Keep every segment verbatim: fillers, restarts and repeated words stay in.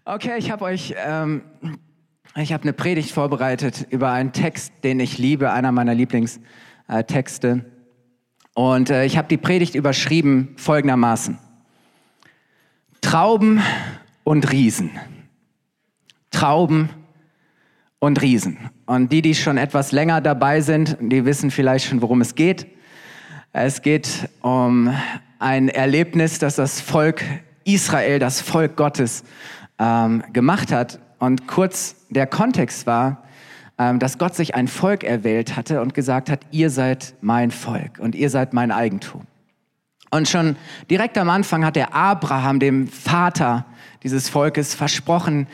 Okay, ich habe euch, ähm, ich habe eine Predigt vorbereitet über einen Text, den ich liebe, einer meiner Lieblingstexte. Und äh, ich habe die Predigt überschrieben folgendermaßen: Trauben und Riesen. Trauben und Riesen. Und die, die schon etwas länger dabei sind, die wissen vielleicht schon, worum es geht. Es geht um ein Erlebnis, das das Volk Israel, das Volk Gottes, ähm, gemacht hat. Und kurz der Kontext war, ähm, dass Gott sich ein Volk erwählt hatte und gesagt hat, ihr seid mein Volk und ihr seid mein Eigentum. Und schon direkt am Anfang hat der Abraham, dem Vater dieses Volkes, versprochen,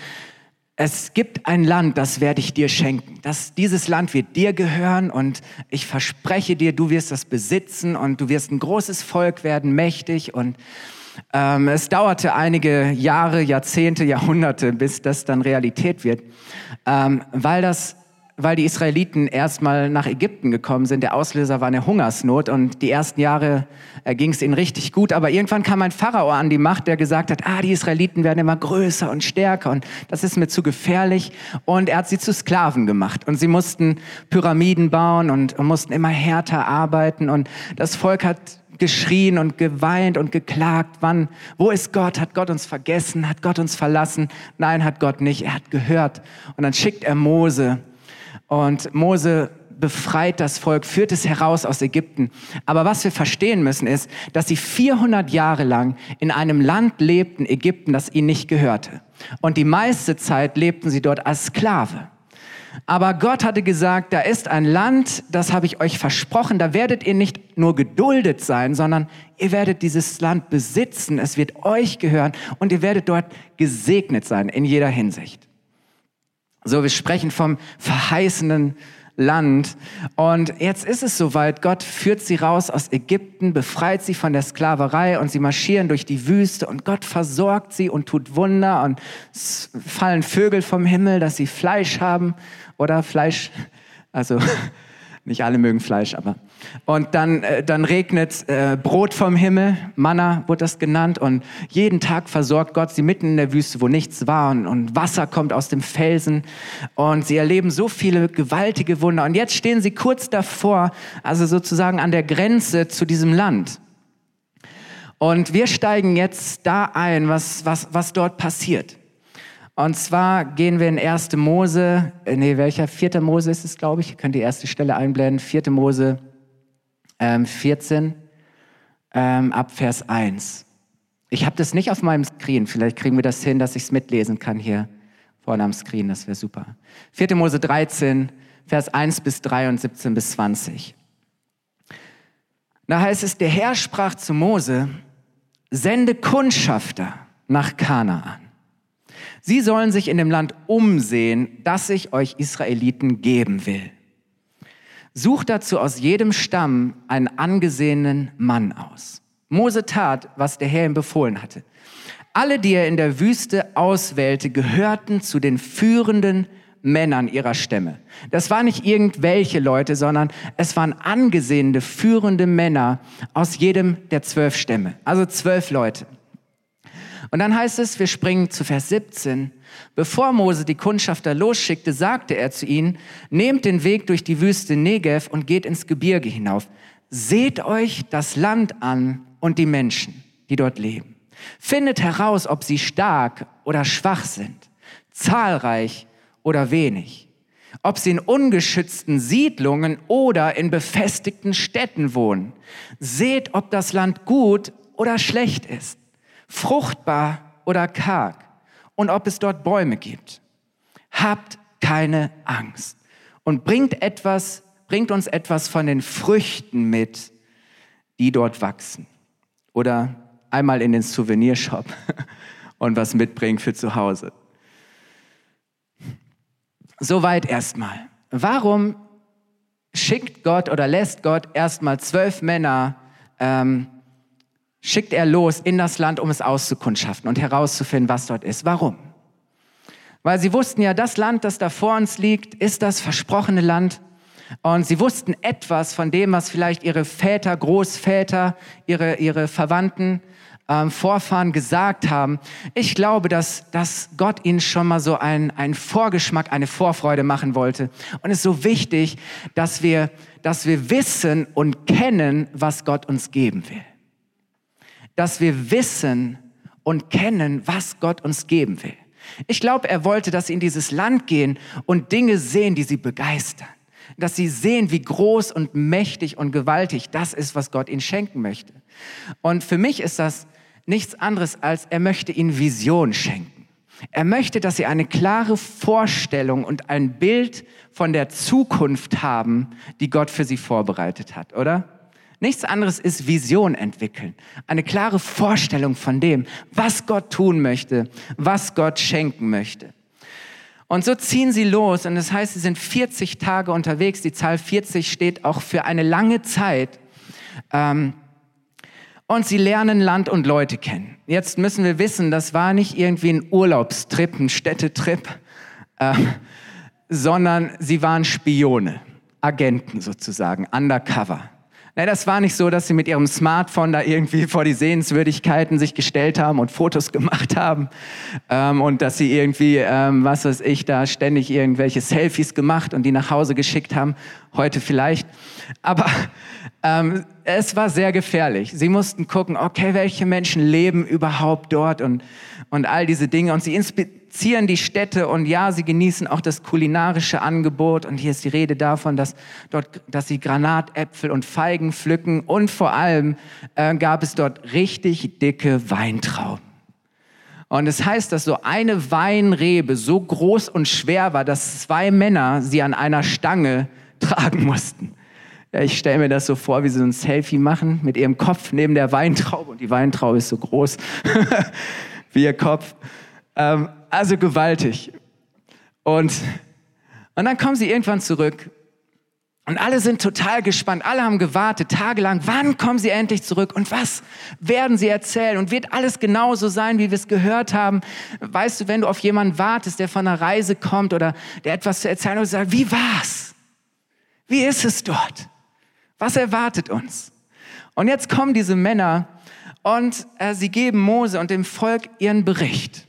es gibt ein Land, das werde ich dir schenken. Das, dieses Land wird dir gehören und ich verspreche dir, du wirst das besitzen und du wirst ein großes Volk werden, mächtig. Und ähm, es dauerte einige Jahre, Jahrzehnte, Jahrhunderte, bis das dann Realität wird, ähm, weil das weil die Israeliten erstmal nach Ägypten gekommen sind. Der Auslöser war eine Hungersnot und die ersten Jahre äh, ging es ihnen richtig gut. Aber irgendwann kam ein Pharao an die Macht, der gesagt hat, ah, die Israeliten werden immer größer und stärker und das ist mir zu gefährlich. Und er hat sie zu Sklaven gemacht und sie mussten Pyramiden bauen und, und mussten immer härter arbeiten. Und das Volk hat geschrien und geweint und geklagt. Wann, wo ist Gott? Hat Gott uns vergessen? Hat Gott uns verlassen? Nein, hat Gott nicht. Er hat gehört. Und dann schickt er Mose. Und Mose befreit das Volk, führt es heraus aus Ägypten. Aber was wir verstehen müssen ist, dass sie vierhundert Jahre lang in einem Land lebten, Ägypten, das ihnen nicht gehörte. Und die meiste Zeit lebten sie dort als Sklave. Aber Gott hatte gesagt, da ist ein Land, das habe ich euch versprochen, da werdet ihr nicht nur geduldet sein, sondern ihr werdet dieses Land besitzen, es wird euch gehören und ihr werdet dort gesegnet sein in jeder Hinsicht. So, wir sprechen vom verheißenen Land. Und jetzt ist es soweit, Gott führt sie raus aus Ägypten, befreit sie von der Sklaverei und sie marschieren durch die Wüste und Gott versorgt sie und tut Wunder und es fallen Vögel vom Himmel, dass sie Fleisch haben oder Fleisch, also nicht alle mögen Fleisch, aber und dann, äh, dann regnet äh, Brot vom Himmel, Manna wurde das genannt und jeden Tag versorgt Gott sie mitten in der Wüste, wo nichts war und, und Wasser kommt aus dem Felsen und sie erleben so viele gewaltige Wunder und jetzt stehen sie kurz davor, also sozusagen an der Grenze zu diesem Land. Und wir steigen jetzt da ein, was, was, was dort passiert. Und zwar gehen wir in erste Mose, nee, welcher? vierte Mose ist es, glaube ich. Ihr könnt die erste Stelle einblenden. vierte Mose ähm, vierzehn, ähm, ab Vers eins. Ich habe das nicht auf meinem Screen. Vielleicht kriegen wir das hin, dass ich es mitlesen kann hier vorne am Screen. Das wäre super. vierte Mose dreizehn, Vers eins bis drei und siebzehn bis zwanzig. Da heißt es, der Herr sprach zu Mose, sende Kundschafter nach Kanaan. Sie sollen sich in dem Land umsehen, das ich euch Israeliten geben will. Sucht dazu aus jedem Stamm einen angesehenen Mann aus. Mose tat, was der Herr ihm befohlen hatte. Alle, die er in der Wüste auswählte, gehörten zu den führenden Männern ihrer Stämme. Das waren nicht irgendwelche Leute, sondern es waren angesehene, führende Männer aus jedem der zwölf Stämme. Also zwölf Leute. Und dann heißt es, wir springen zu Vers siebzehn. Bevor Mose die Kundschafter losschickte, sagte er zu ihnen, nehmt den Weg durch die Wüste Negev und geht ins Gebirge hinauf. Seht euch das Land an und die Menschen, die dort leben. Findet heraus, ob sie stark oder schwach sind, zahlreich oder wenig. Ob sie in ungeschützten Siedlungen oder in befestigten Städten wohnen. Seht, ob das Land gut oder schlecht ist, fruchtbar oder karg und ob es dort Bäume gibt. Habt keine Angst und bringt etwas, bringt uns etwas von den Früchten mit, die dort wachsen. Oder einmal in den Souvenirshop und was mitbringen für zu Hause. Soweit erstmal. Warum schickt Gott oder lässt Gott erstmal zwölf Männer ähm, schickt er los in das Land, um es auszukundschaften und herauszufinden, was dort ist. Warum? Weil sie wussten ja, das Land, das da vor uns liegt, ist das versprochene Land. Und sie wussten etwas von dem, was vielleicht ihre Väter, Großväter, ihre, ihre Verwandten ähm, Vorfahren gesagt haben. Ich glaube, dass, dass Gott ihnen schon mal so einen, einen Vorgeschmack, eine Vorfreude machen wollte. Und es ist so wichtig, dass wir, dass wir wissen und kennen, was Gott uns geben will. Dass wir wissen und kennen, was Gott uns geben will. Ich glaube, er wollte, dass sie in dieses Land gehen und Dinge sehen, die sie begeistern. Dass sie sehen, wie groß und mächtig und gewaltig das ist, was Gott ihnen schenken möchte. Und für mich ist das nichts anderes, als er möchte ihnen Vision schenken. Er möchte, dass sie eine klare Vorstellung und ein Bild von der Zukunft haben, die Gott für sie vorbereitet hat, oder? Nichts anderes ist Vision entwickeln. Eine klare Vorstellung von dem, was Gott tun möchte, was Gott schenken möchte. Und so ziehen sie los und das heißt, sie sind vierzig Tage unterwegs. Die Zahl vierzig steht auch für eine lange Zeit. Und sie lernen Land und Leute kennen. Jetzt müssen wir wissen, das war nicht irgendwie ein Urlaubstrip, ein Städtetrip, sondern sie waren Spione, Agenten sozusagen, undercover. Nee, das war nicht so, dass sie mit ihrem Smartphone da irgendwie vor die Sehenswürdigkeiten sich gestellt haben und Fotos gemacht haben ähm, und dass sie irgendwie, ähm, was weiß ich, da ständig irgendwelche Selfies gemacht und die nach Hause geschickt haben. Heute vielleicht. Aber ähm, es war sehr gefährlich. Sie mussten gucken, okay, welche Menschen leben überhaupt dort und, und all diese Dinge. Und sie inspizieren die Städte und ja, sie genießen auch das kulinarische Angebot. Und hier ist die Rede davon, dass, dort, dass sie Granatäpfel und Feigen pflücken. Und vor allem äh, gab es dort richtig dicke Weintrauben. Und es heißt, dass so eine Weinrebe so groß und schwer war, dass zwei Männer sie an einer Stange tragen mussten. Ich stelle mir das so vor, wie sie so ein Selfie machen mit ihrem Kopf neben der Weintraube. Und die Weintraube ist so groß wie ihr Kopf. Ähm, also gewaltig. Und, und dann kommen sie irgendwann zurück. Und alle sind total gespannt. Alle haben gewartet, tagelang. Wann kommen sie endlich zurück? Und was werden sie erzählen? Und wird alles genauso sein, wie wir es gehört haben? Weißt du, wenn du auf jemanden wartest, der von einer Reise kommt oder der etwas zu erzählen hat und sagt, wie war's? Wie ist es dort? Was erwartet uns? Und jetzt kommen diese Männer und äh, sie geben Mose und dem Volk ihren Bericht.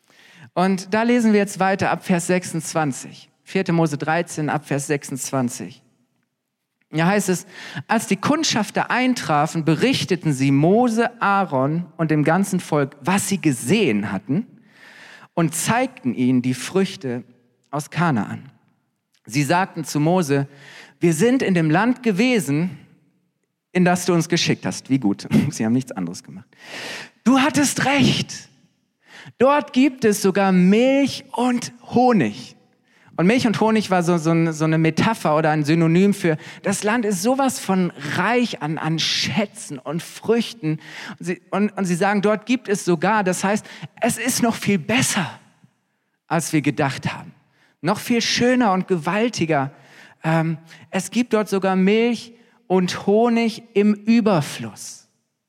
Und da lesen wir jetzt weiter ab Vers sechsundzwanzig. vierte Mose dreizehn ab Vers sechsundzwanzig. Ja, heißt es, als die Kundschafter eintrafen, berichteten sie Mose, Aaron und dem ganzen Volk, was sie gesehen hatten und zeigten ihnen die Früchte aus Kanaan. Sie sagten zu Mose, wir sind in dem Land gewesen, in das du uns geschickt hast. Wie gut, sie haben nichts anderes gemacht. Du hattest recht. Dort gibt es sogar Milch und Honig. Und Milch und Honig war so, so, so eine Metapher oder ein Synonym für, das Land ist sowas von reich an, an Schätzen und Früchten. Und sie, und, und sie sagen, dort gibt es sogar, das heißt, es ist noch viel besser, als wir gedacht haben. Noch viel schöner und gewaltiger. Ähm, es gibt dort sogar Milch und Honig im Überfluss.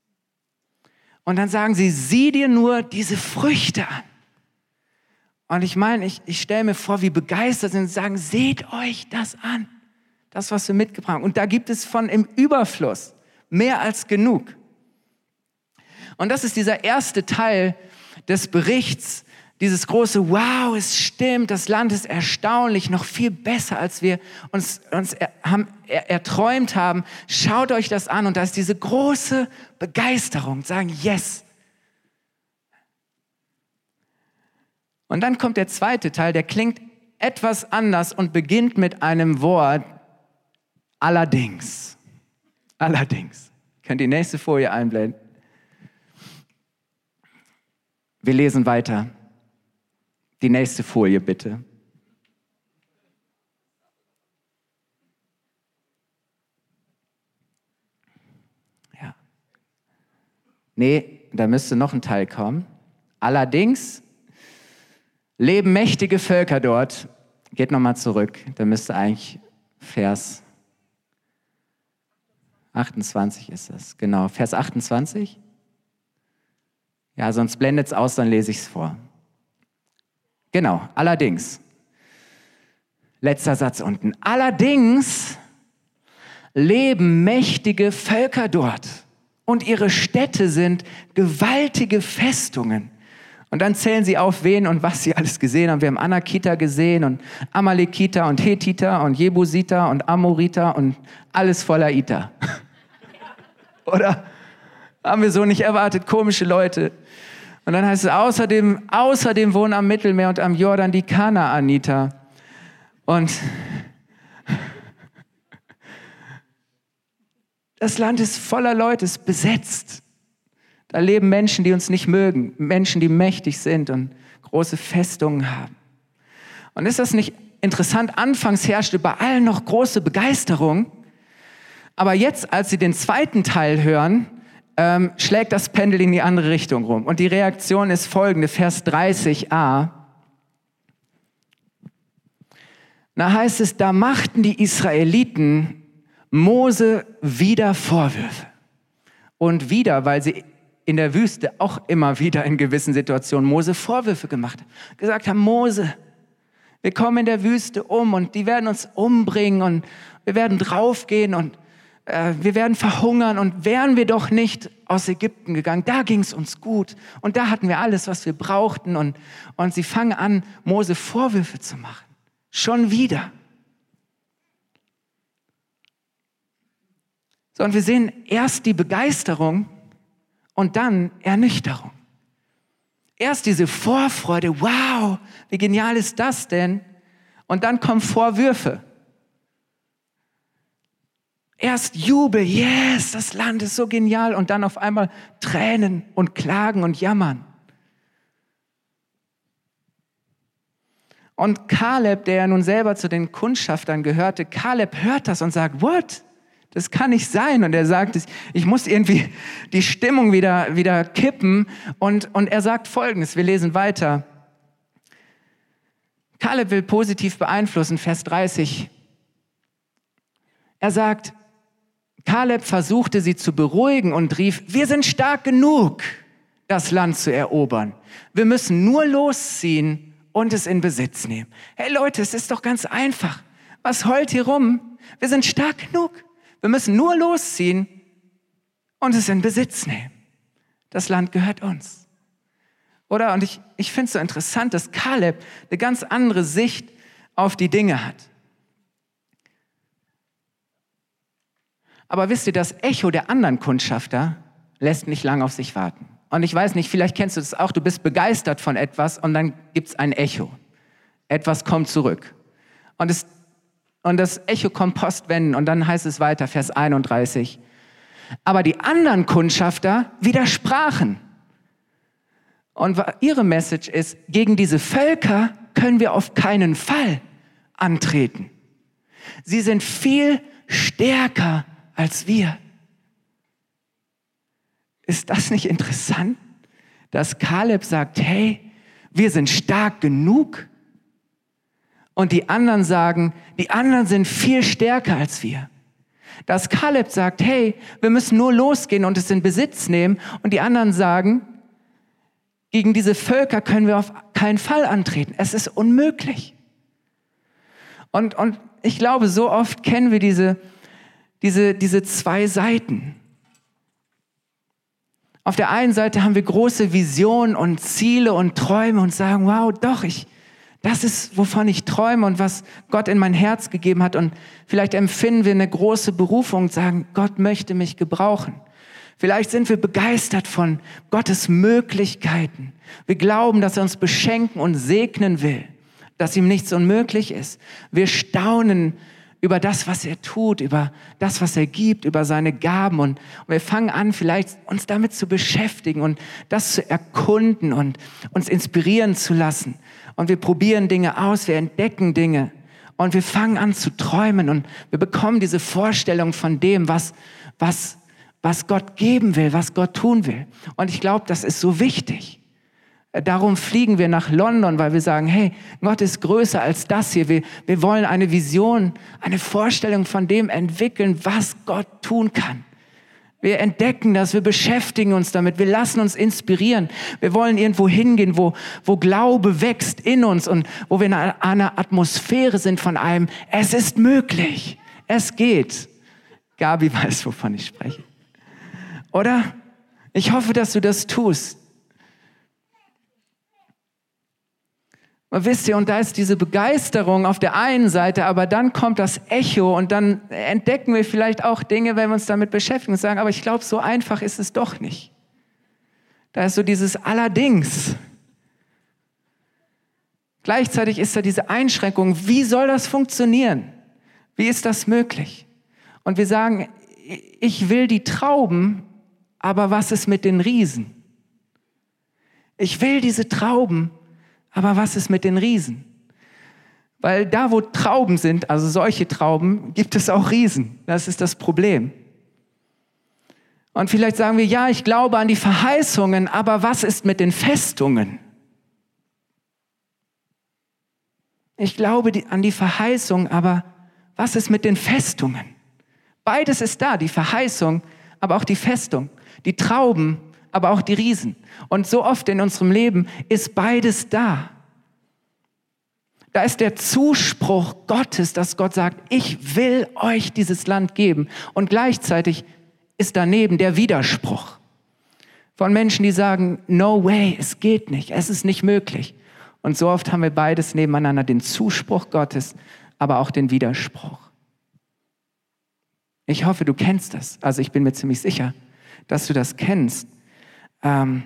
Und dann sagen sie, sieh dir nur diese Früchte an. Und ich meine, ich, ich stelle mir vor, wie begeistert sie sind und sagen, seht euch das an. Das, was wir mitgebracht haben. Und da gibt es von im Überfluss mehr als genug. Und das ist dieser erste Teil des Berichts, dieses große, wow, es stimmt, das Land ist erstaunlich, noch viel besser, als wir uns, uns er, haben, er, erträumt haben. Schaut euch das an und da ist diese große Begeisterung, sagen, yes. Und dann kommt der zweite Teil, der klingt etwas anders und beginnt mit einem Wort, allerdings. Allerdings. Könnt ihr die nächste Folie einblenden? Wir lesen weiter. Die nächste Folie, bitte. Ja. Nee, da müsste noch ein Teil kommen. Allerdings leben mächtige Völker dort. Geht nochmal zurück. Da müsste eigentlich Vers achtundzwanzig ist das. Genau, Vers achtundzwanzig. Ja, sonst blendet es aus, dann lese ich es vor. Genau, allerdings. Letzter Satz unten. Allerdings leben mächtige Völker dort. Und ihre Städte sind gewaltige Festungen. Und dann zählen sie auf, wen und was sie alles gesehen haben. Wir haben Anakiter gesehen und Amalekiter und Hethiter und Jebusiter und Amoriter und alles voller Iter. Oder? Haben wir so nicht erwartet, komische Leute. Und dann heißt es, außerdem, außerdem wohnen am Mittelmeer und am Jordan die Kanaaniter. Und das Land ist voller Leute, ist besetzt. Da leben Menschen, die uns nicht mögen, Menschen, die mächtig sind und große Festungen haben. Und ist das nicht interessant? Anfangs herrschte bei allen noch große Begeisterung, aber jetzt, als sie den zweiten Teil hören, ähm, schlägt das Pendel in die andere Richtung rum. Und die Reaktion ist folgende, Vers dreißig a. Da heißt es, da machten die Israeliten Mose wieder Vorwürfe. Und wieder, weil sie in der Wüste auch immer wieder in gewissen Situationen Mose Vorwürfe gemacht haben. Gesagt haben, Mose, wir kommen in der Wüste um und die werden uns umbringen und wir werden draufgehen und äh, wir werden verhungern und wären wir doch nicht aus Ägypten gegangen, da ging es uns gut und da hatten wir alles, was wir brauchten und, und sie fangen an, Mose Vorwürfe zu machen. Schon wieder. So, und wir sehen erst die Begeisterung und dann Ernüchterung. Erst diese Vorfreude, wow, wie genial ist das denn? Und dann kommen Vorwürfe. Erst Jubel, yes, das Land ist so genial. Und dann auf einmal Tränen und Klagen und Jammern. Und Kaleb, der ja nun selber zu den Kundschaftern gehörte, Kaleb hört das und sagt, what? Das kann nicht sein. Und er sagt, ich muss irgendwie die Stimmung wieder, wieder kippen. Und, und er sagt Folgendes, wir lesen weiter. Kaleb will positiv beeinflussen, Vers dreißig. Er sagt, Kaleb versuchte sie zu beruhigen und rief, wir sind stark genug, das Land zu erobern. Wir müssen nur losziehen und es in Besitz nehmen. Hey Leute, es ist doch ganz einfach. Was heult hier rum? Wir sind stark genug. Wir müssen nur losziehen und es in Besitz nehmen. Das Land gehört uns. Oder? Und ich, ich finde es so interessant, dass Kaleb eine ganz andere Sicht auf die Dinge hat. Aber wisst ihr, das Echo der anderen Kundschafter lässt nicht lange auf sich warten. Und ich weiß nicht, vielleicht kennst du das auch, du bist begeistert von etwas und dann gibt es ein Echo. Etwas kommt zurück. Und es Und das Echo kommt postwendend und dann heißt es weiter, Vers einunddreißig. Aber die anderen Kundschafter widersprachen. Und ihre Message ist, gegen diese Völker können wir auf keinen Fall antreten. Sie sind viel stärker als wir. Ist das nicht interessant, dass Kaleb sagt, hey, wir sind stark genug? Und die anderen sagen, die anderen sind viel stärker als wir. Dass Kaleb sagt, hey, wir müssen nur losgehen und es in Besitz nehmen. Und die anderen sagen, gegen diese Völker können wir auf keinen Fall antreten. Es ist unmöglich. Und, und ich glaube, so oft kennen wir diese, diese, diese zwei Seiten. Auf der einen Seite haben wir große Visionen und Ziele und Träume und sagen, wow, doch, ich, das ist, wovon ich träume und was Gott in mein Herz gegeben hat. Und vielleicht empfinden wir eine große Berufung und sagen, Gott möchte mich gebrauchen. Vielleicht sind wir begeistert von Gottes Möglichkeiten. Wir glauben, dass er uns beschenken und segnen will, dass ihm nichts unmöglich ist. Wir staunen über das, was er tut, über das, was er gibt, über seine Gaben. Und wir fangen an, vielleicht uns damit zu beschäftigen und das zu erkunden und uns inspirieren zu lassen. Und wir probieren Dinge aus, wir entdecken Dinge und wir fangen an zu träumen und wir bekommen diese Vorstellung von dem, was, was, was Gott geben will, was Gott tun will. Und ich glaube, das ist so wichtig. Darum fliegen wir nach London, weil wir sagen, hey, Gott ist größer als das hier. Wir, wir wollen eine Vision, eine Vorstellung von dem entwickeln, was Gott tun kann. Wir entdecken das, wir beschäftigen uns damit, wir lassen uns inspirieren. Wir wollen irgendwo hingehen, wo, wo Glaube wächst in uns und wo wir in einer Atmosphäre sind von einem, es ist möglich, es geht. Gabi weiß, wovon ich spreche. Oder? Ich hoffe, dass du das tust. Und wisst ihr, und da ist diese Begeisterung auf der einen Seite, aber dann kommt das Echo und dann entdecken wir vielleicht auch Dinge, wenn wir uns damit beschäftigen und sagen, aber ich glaube, so einfach ist es doch nicht. Da ist so dieses Allerdings. Gleichzeitig ist da diese Einschränkung, wie soll das funktionieren? Wie ist das möglich? Und wir sagen, ich will die Trauben, aber was ist mit den Riesen? Ich will diese Trauben, aber was ist mit den Riesen? Weil da, wo Trauben sind, also solche Trauben, gibt es auch Riesen. Das ist das Problem. Und vielleicht sagen wir, ja, ich glaube an die Verheißungen, aber was ist mit den Festungen? Ich glaube an die Verheißung, aber was ist mit den Festungen? Beides ist da, die Verheißung, aber auch die Festung. Die Trauben, aber auch die Riesen. Und so oft in unserem Leben ist beides da. Da ist der Zuspruch Gottes, dass Gott sagt, ich will euch dieses Land geben. Und gleichzeitig ist daneben der Widerspruch von Menschen, die sagen, no way, es geht nicht, es ist nicht möglich. Und so oft haben wir beides nebeneinander, den Zuspruch Gottes, aber auch den Widerspruch. Ich hoffe, du kennst das. Also ich bin mir ziemlich sicher, dass du das kennst. Ähm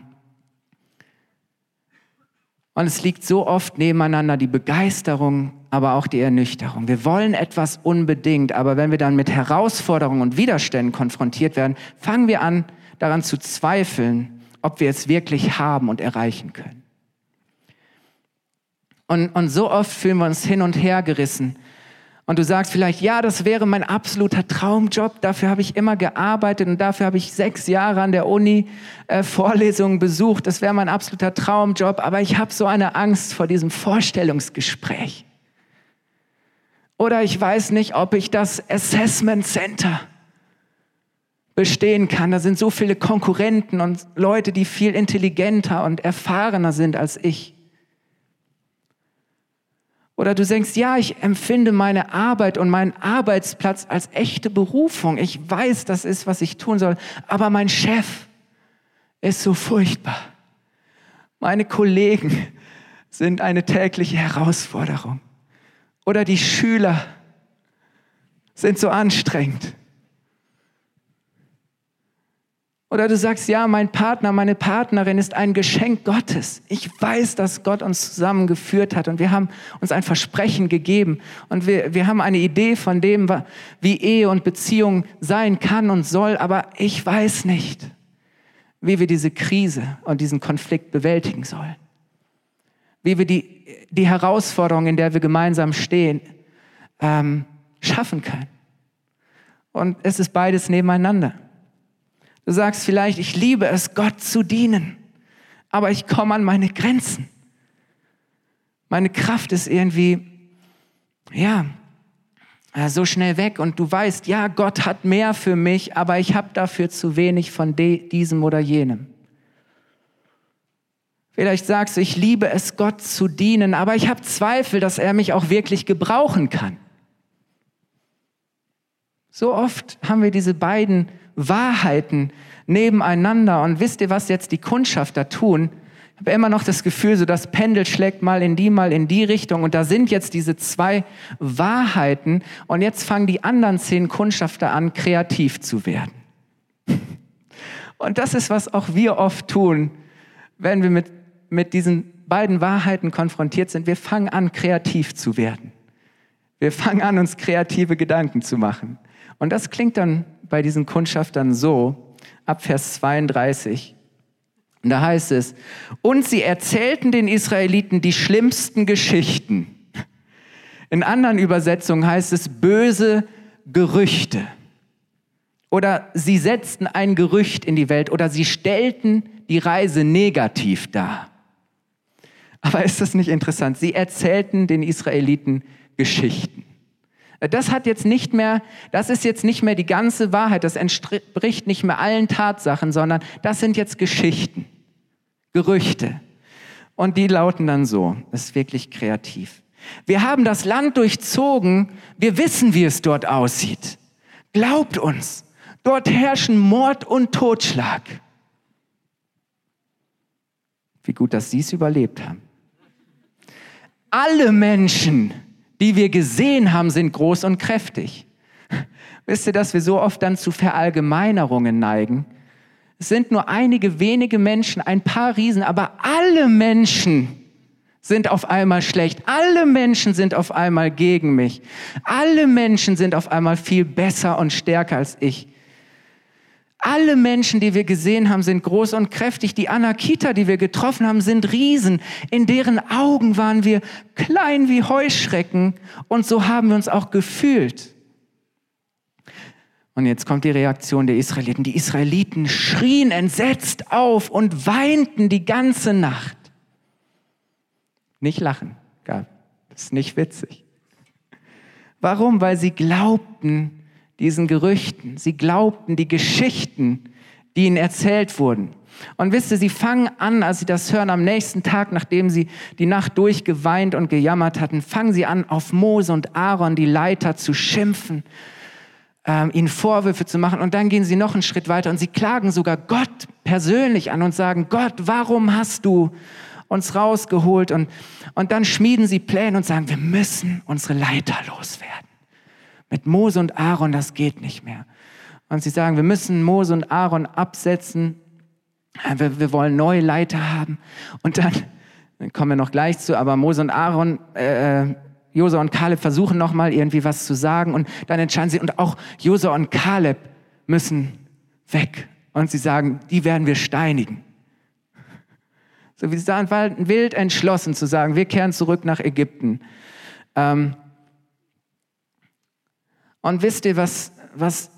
Und es liegt so oft nebeneinander die Begeisterung, aber auch die Ernüchterung. Wir wollen etwas unbedingt, aber wenn wir dann mit Herausforderungen und Widerständen konfrontiert werden, fangen wir an, daran zu zweifeln, ob wir es wirklich haben und erreichen können. Und, und so oft fühlen wir uns hin und her gerissen. Und du sagst vielleicht, ja, das wäre mein absoluter Traumjob, dafür habe ich immer gearbeitet und dafür habe ich sechs Jahre an der Uni äh, Vorlesungen besucht, das wäre mein absoluter Traumjob, aber ich habe so eine Angst vor diesem Vorstellungsgespräch. Oder ich weiß nicht, ob ich das Assessment Center bestehen kann, da sind so viele Konkurrenten und Leute, die viel intelligenter und erfahrener sind als ich. Oder du denkst, ja, ich empfinde meine Arbeit und meinen Arbeitsplatz als echte Berufung. Ich weiß, das ist, was ich tun soll. Aber mein Chef ist so furchtbar. Meine Kollegen sind eine tägliche Herausforderung. Oder die Schüler sind so anstrengend. Oder du sagst, ja, mein Partner, meine Partnerin ist ein Geschenk Gottes. Ich weiß, dass Gott uns zusammengeführt hat und wir haben uns ein Versprechen gegeben und wir, wir haben eine Idee von dem, wie Ehe und Beziehung sein kann und soll, aber ich weiß nicht, wie wir diese Krise und diesen Konflikt bewältigen sollen. Wie wir die, die Herausforderung, in der wir gemeinsam stehen, ähm, schaffen können. Und es ist beides nebeneinander. Du sagst vielleicht, ich liebe es, Gott zu dienen, aber ich komme an meine Grenzen. Meine Kraft ist irgendwie, ja, so schnell weg und du weißt, ja, Gott hat mehr für mich, aber ich habe dafür zu wenig von de- diesem oder jenem. Vielleicht sagst du, ich liebe es, Gott zu dienen, aber ich habe Zweifel, dass er mich auch wirklich gebrauchen kann. So oft haben wir diese beiden Wahrheiten nebeneinander. Und wisst ihr, was jetzt die Kundschafter tun? Ich habe immer noch das Gefühl, so das Pendel schlägt mal in die, mal in die Richtung. Und da sind jetzt diese zwei Wahrheiten. Und jetzt fangen die anderen zehn Kundschafter an, kreativ zu werden. Und das ist, was auch wir oft tun, wenn wir mit, mit diesen beiden Wahrheiten konfrontiert sind. Wir fangen an, kreativ zu werden. Wir fangen an, uns kreative Gedanken zu machen. Und das klingt dann bei diesen Kundschaftern so, ab Vers zweiunddreißig. Und da heißt es, und sie erzählten den Israeliten die schlimmsten Geschichten. In anderen Übersetzungen heißt es böse Gerüchte. Oder sie setzten ein Gerücht in die Welt oder sie stellten die Reise negativ dar. Aber ist das nicht interessant? Sie erzählten den Israeliten Geschichten. Das hat jetzt nicht mehr, das ist jetzt nicht mehr die ganze Wahrheit, das entspricht nicht mehr allen Tatsachen, sondern das sind jetzt Geschichten, Gerüchte. Und die lauten dann so, das ist wirklich kreativ. Wir haben das Land durchzogen, wir wissen, wie es dort aussieht. Glaubt uns, Dort herrschen Mord und Totschlag. Wie gut, dass sie es überlebt haben. Alle Menschen, die wir gesehen haben, sind groß und kräftig. Wisst ihr, dass wir so oft dann zu Verallgemeinerungen neigen? Es sind nur einige wenige Menschen, ein paar Riesen, aber alle Menschen sind auf einmal schlecht. Alle Menschen sind auf einmal gegen mich. Alle Menschen sind auf einmal viel besser und stärker als ich. Alle Menschen, die wir gesehen haben, sind groß und kräftig. Die Anakita, die wir getroffen haben, sind Riesen. In deren Augen waren wir klein wie Heuschrecken und so haben wir uns auch gefühlt. Und jetzt kommt die Reaktion der Israeliten. Die Israeliten schrien entsetzt auf und weinten die ganze Nacht. Nicht lachen, Gabi. Das ist nicht witzig. Warum? Weil sie glaubten diesen Gerüchten. Sie glaubten die Geschichten, die ihnen erzählt wurden. Und wisst ihr, sie fangen an, als sie das hören, am nächsten Tag, nachdem sie die Nacht durchgeweint und gejammert hatten, fangen sie an, auf Mose und Aaron, die Leiter, zu schimpfen, ähm, ihnen Vorwürfe zu machen. Und dann gehen sie noch einen Schritt weiter und sie klagen sogar Gott persönlich an und sagen, Gott, warum hast du uns rausgeholt? Und, und dann schmieden sie Pläne und sagen, wir müssen unsere Leiter loswerden. Mit Mose und Aaron, das geht nicht mehr. Und sie sagen, wir müssen Mose und Aaron absetzen. Wir, wir wollen neue Leiter haben. Und dann, dann kommen wir noch gleich zu, aber Mose und Aaron, äh, Josua und Kaleb versuchen nochmal irgendwie was zu sagen. Und dann entscheiden sie, und auch Josua und Kaleb müssen weg. Und sie sagen, die werden wir steinigen. So wie sie sagen, waren wild entschlossen zu sagen, wir kehren zurück nach Ägypten. Ähm, Und wisst ihr, was, was,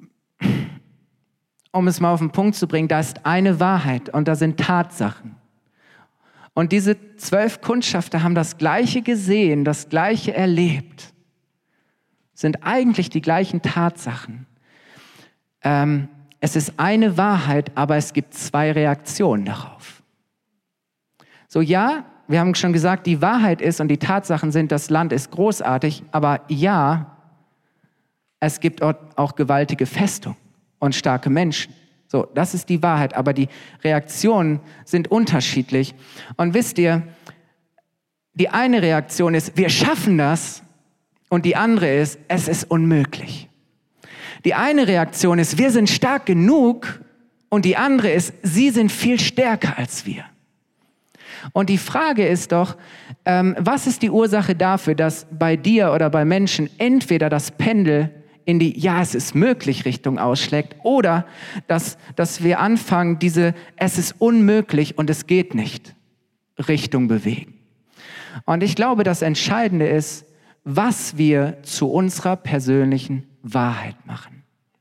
um es mal auf den Punkt zu bringen, da ist eine Wahrheit und da sind Tatsachen. Und diese zwölf Kundschafter haben das Gleiche gesehen, das Gleiche erlebt. Sind eigentlich die gleichen Tatsachen. Ähm, es ist eine Wahrheit, aber es gibt zwei Reaktionen darauf. So, ja, wir haben schon gesagt, die Wahrheit ist und die Tatsachen sind, das Land ist großartig, aber ja, es gibt auch gewaltige Festungen und starke Menschen. So, das ist die Wahrheit, aber die Reaktionen sind unterschiedlich. Und wisst ihr, die eine Reaktion ist, wir schaffen das, und die andere ist, es ist unmöglich. Die eine Reaktion ist, wir sind stark genug, und die andere ist, sie sind viel stärker als wir. Und die Frage ist doch, ähm, was ist die Ursache dafür, dass bei dir oder bei Menschen entweder das Pendel in die Ja, es ist möglich Richtung ausschlägt oder dass, dass wir anfangen, diese Es ist unmöglich und es geht nicht Richtung bewegen. Und ich glaube, das Entscheidende ist, was wir zu unserer persönlichen Wahrheit machen.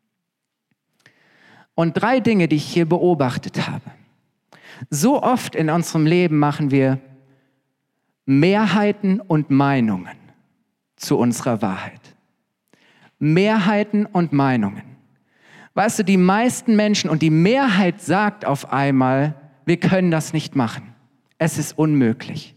Und drei Dinge, die ich hier beobachtet habe. So oft in unserem Leben machen wir Mehrheiten und Meinungen zu unserer Wahrheit. Mehrheiten und Meinungen. Weißt du, die meisten Menschen und die Mehrheit sagt auf einmal, wir können das nicht machen. Es ist unmöglich.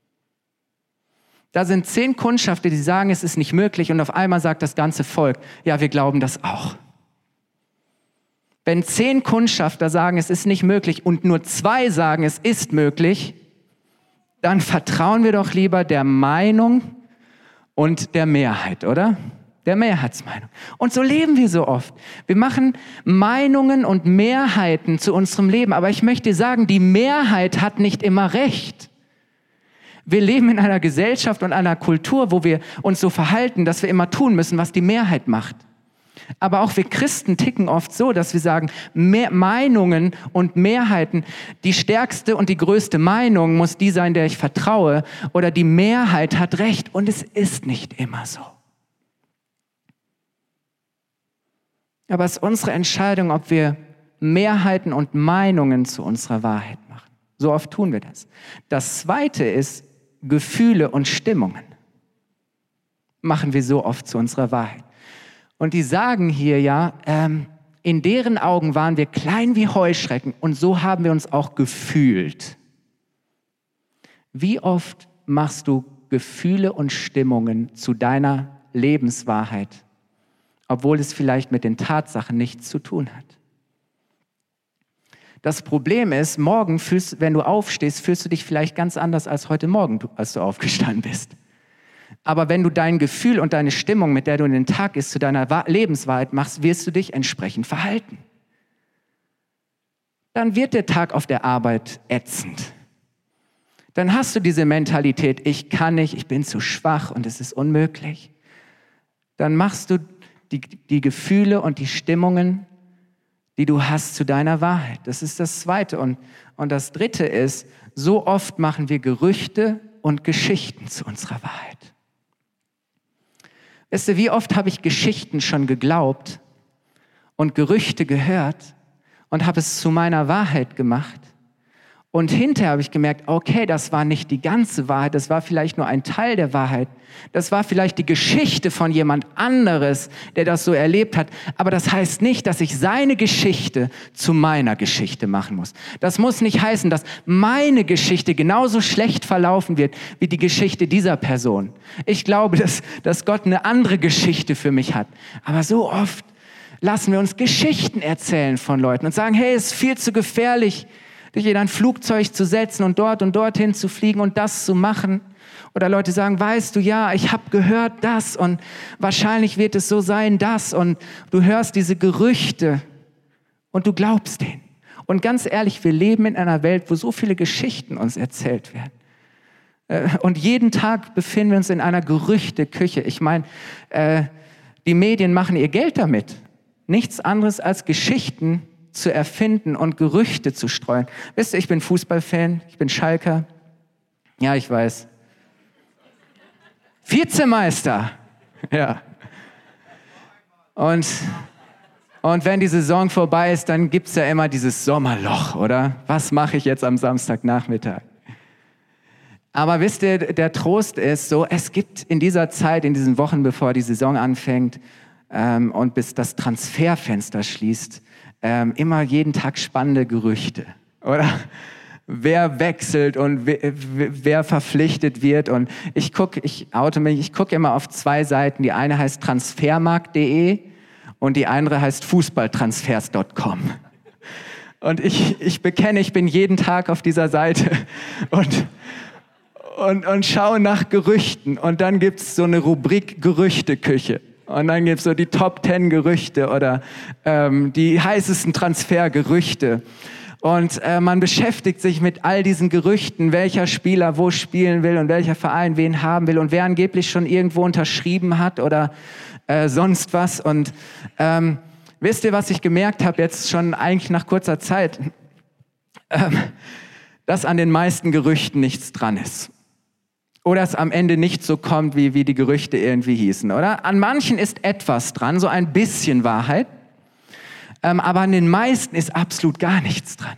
Da sind zehn Kundschafter, die sagen, es ist nicht möglich, und auf einmal sagt das ganze Volk, ja, wir glauben das auch. Wenn zehn Kundschafter sagen, es ist nicht möglich und nur zwei sagen, es ist möglich, dann vertrauen wir doch lieber der Meinung und der Mehrheit, oder? Der Mehrheitsmeinung. Und so leben wir so oft. Wir machen Meinungen und Mehrheiten zu unserem Leben. Aber ich möchte dir sagen, die Mehrheit hat nicht immer recht. Wir leben in einer Gesellschaft und einer Kultur, wo wir uns so verhalten, dass wir immer tun müssen, was die Mehrheit macht. Aber auch wir Christen ticken oft so, dass wir sagen, mehr Meinungen und Mehrheiten, die stärkste und die größte Meinung muss die sein, der ich vertraue, oder die Mehrheit hat recht. Und es ist nicht immer so. Aber es ist unsere Entscheidung, ob wir Mehrheiten und Meinungen zu unserer Wahrheit machen. So oft tun wir das. Das Zweite ist Gefühle und Stimmungen. Machen wir so oft zu unserer Wahrheit. Und die sagen hier ja, ähm, in deren Augen waren wir klein wie Heuschrecken und so haben wir uns auch gefühlt. Wie oft machst du Gefühle und Stimmungen zu deiner Lebenswahrheit obwohl es vielleicht mit den Tatsachen nichts zu tun hat. Das Problem ist, morgen, fühlst, wenn du aufstehst, fühlst du dich vielleicht ganz anders als heute Morgen, als du aufgestanden bist. Aber wenn du dein Gefühl und deine Stimmung, mit der du in den Tag gehst, zu deiner Lebenswahrheit machst, wirst du dich entsprechend verhalten. Dann wird der Tag auf der Arbeit ätzend. Dann hast du diese Mentalität, ich kann nicht, ich bin zu schwach und es ist unmöglich. Dann machst du die, die Gefühle und die Stimmungen, die du hast, zu deiner Wahrheit. Das ist das Zweite. Und, und das Dritte ist, so oft machen wir Gerüchte und Geschichten zu unserer Wahrheit. Weißt du, wie oft habe ich Geschichten schon geglaubt und Gerüchte gehört und habe es zu meiner Wahrheit gemacht? Und hinterher habe ich gemerkt, okay, das war nicht die ganze Wahrheit, das war vielleicht nur ein Teil der Wahrheit. Das war vielleicht die Geschichte von jemand anderes, der das so erlebt hat. Aber das heißt nicht, dass ich seine Geschichte zu meiner Geschichte machen muss. Das muss nicht heißen, dass meine Geschichte genauso schlecht verlaufen wird wie die Geschichte dieser Person. Ich glaube, dass, dass Gott eine andere Geschichte für mich hat. Aber so oft lassen wir uns Geschichten erzählen von Leuten und sagen, hey, es ist viel zu gefährlich, dich in ein Flugzeug zu setzen und dort und dorthin zu fliegen und das zu machen. Oder Leute sagen, weißt du, ja, ich habe gehört das und wahrscheinlich wird es so sein, das. Und du hörst diese Gerüchte und du glaubst denen. Und ganz ehrlich, wir leben in einer Welt, wo so viele Geschichten uns erzählt werden. Und jeden Tag befinden wir uns in einer Gerüchteküche. Ich meine, die Medien machen ihr Geld damit. Nichts anderes als Geschichten zu erfinden und Gerüchte zu streuen. Wisst ihr, ich bin Fußballfan, ich bin Schalker. Ja, ich weiß. Vizemeister. Ja. Und, und wenn die Saison vorbei ist, dann gibt es ja immer dieses Sommerloch, oder? Was mache ich jetzt am Samstagnachmittag? Aber wisst ihr, der Trost ist so, es gibt in dieser Zeit, in diesen Wochen, bevor die Saison anfängt ähm, und bis das Transferfenster schließt, Ähm, immer jeden Tag spannende Gerüchte, oder? Wer wechselt und wer, wer verpflichtet wird. Und ich gucke, ich oute mich, ich gucke immer auf zwei Seiten. Die eine heißt transfermarkt punkt de und die andere heißt fußballtransfers punkt com. Und ich, ich bekenne, ich bin jeden Tag auf dieser Seite und, und, und schaue nach Gerüchten. Und dann gibt es so eine Rubrik Gerüchteküche. Und dann gibt es so die Top zehn Gerüchte oder ähm, die heißesten Transfergerüchte. Und äh, man beschäftigt sich mit all diesen Gerüchten, welcher Spieler wo spielen will und welcher Verein wen haben will und wer angeblich schon irgendwo unterschrieben hat oder äh, sonst was. Und ähm, wisst ihr, was ich gemerkt habe jetzt schon eigentlich nach kurzer Zeit? Ähm, dass an den meisten Gerüchten nichts dran ist. Oder es am Ende nicht so kommt, wie, wie die Gerüchte irgendwie hießen, oder? An manchen ist etwas dran, so ein bisschen Wahrheit. Ähm, aber an den meisten ist absolut gar nichts dran.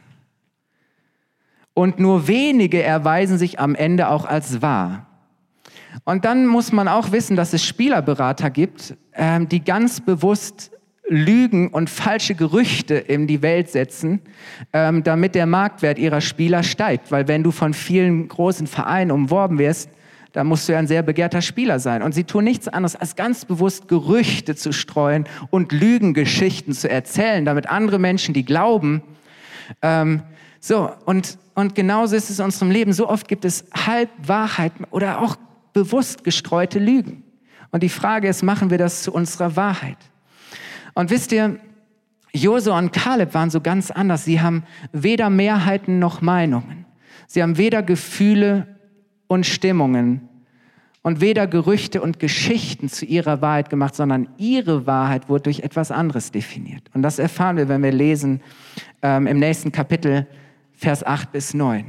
Und nur wenige erweisen sich am Ende auch als wahr. Und dann muss man auch wissen, dass es Spielerberater gibt, ähm, die ganz bewusst Lügen und falsche Gerüchte in die Welt setzen, ähm, damit der Marktwert ihrer Spieler steigt. Weil wenn du von vielen großen Vereinen umworben wirst, dann musst du ja ein sehr begehrter Spieler sein. Und sie tun nichts anderes, als ganz bewusst Gerüchte zu streuen und Lügengeschichten zu erzählen, damit andere Menschen, die glauben, ähm, so, und, und genauso ist es in unserem Leben. So oft gibt es Halbwahrheiten oder auch bewusst gestreute Lügen. Und die Frage ist, machen wir das zu unserer Wahrheit? Und wisst ihr, Josua und Kaleb waren so ganz anders. Sie haben weder Mehrheiten noch Meinungen. Sie haben weder Gefühle und Stimmungen und weder Gerüchte und Geschichten zu ihrer Wahrheit gemacht, sondern ihre Wahrheit wurde durch etwas anderes definiert. Und das erfahren wir, wenn wir lesen ähm, im nächsten Kapitel, Vers acht bis neun.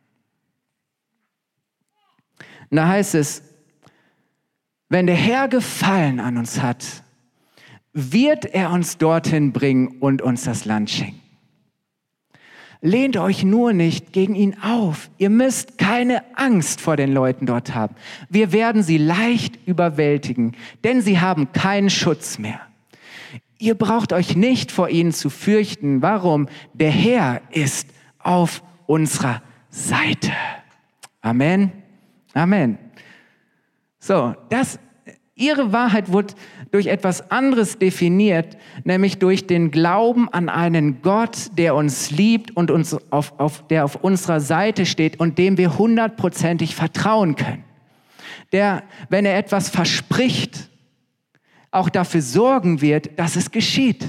Und da heißt es, wenn der Herr Gefallen an uns hat, wird er uns dorthin bringen und uns das Land schenken. Lehnt euch nur nicht gegen ihn auf. Ihr müsst keine Angst vor den Leuten dort haben. Wir werden sie leicht überwältigen, denn sie haben keinen Schutz mehr. Ihr braucht euch nicht vor ihnen zu fürchten. Warum? Der Herr ist auf unserer Seite. Amen. Amen. So, das Ihre Wahrheit wurde durch etwas anderes definiert, nämlich durch den Glauben an einen Gott, der uns liebt und uns auf, auf, der auf unserer Seite steht und dem wir hundertprozentig vertrauen können. Der, wenn er etwas verspricht, auch dafür sorgen wird, dass es geschieht.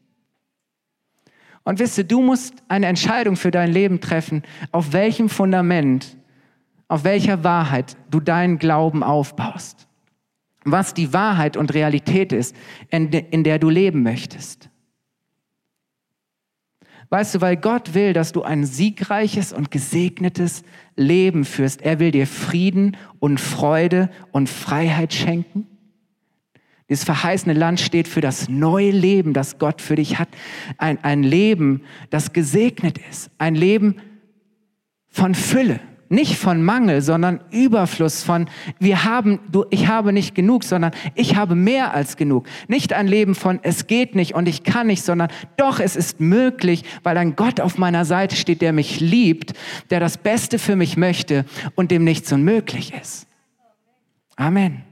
Und wisst ihr, du musst eine Entscheidung für dein Leben treffen, auf welchem Fundament, auf welcher Wahrheit du deinen Glauben aufbaust. Was die Wahrheit und Realität ist, in, de, in der du leben möchtest. Weißt du, weil Gott will, dass du ein siegreiches und gesegnetes Leben führst. Er will dir Frieden und Freude und Freiheit schenken. Dieses verheißene Land steht für das neue Leben, das Gott für dich hat. Ein, ein Leben, das gesegnet ist. Ein Leben von Fülle. Nicht von Mangel, sondern Überfluss von, wir haben, du, ich habe nicht genug, sondern ich habe mehr als genug. Nicht ein Leben von, es geht nicht und ich kann nicht, sondern doch, es ist möglich, weil ein Gott auf meiner Seite steht, der mich liebt, der das Beste für mich möchte und dem nichts unmöglich ist. Amen.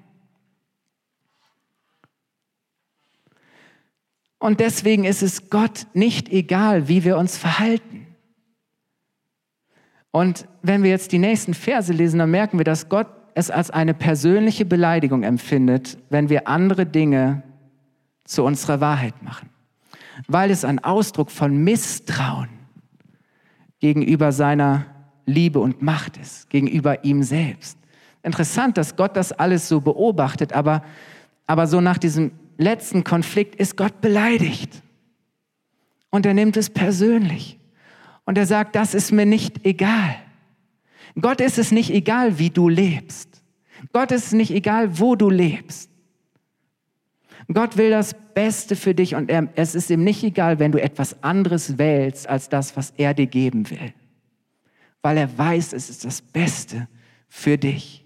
Und deswegen ist es Gott nicht egal, wie wir uns verhalten. Und wenn wir jetzt die nächsten Verse lesen, dann merken wir, dass Gott es als eine persönliche Beleidigung empfindet, wenn wir andere Dinge zu unserer Wahrheit machen. Weil es ein Ausdruck von Misstrauen gegenüber seiner Liebe und Macht ist, gegenüber ihm selbst. Interessant, dass Gott das alles so beobachtet, aber, aber so nach diesem letzten Konflikt ist Gott beleidigt. Und er nimmt es persönlich. Und er sagt, das ist mir nicht egal. Gott ist es nicht egal, wie du lebst. Gott ist es nicht egal, wo du lebst. Gott will das Beste für dich und er, es ist ihm nicht egal, wenn du etwas anderes wählst, als das, was er dir geben will. Weil er weiß, es ist das Beste für dich.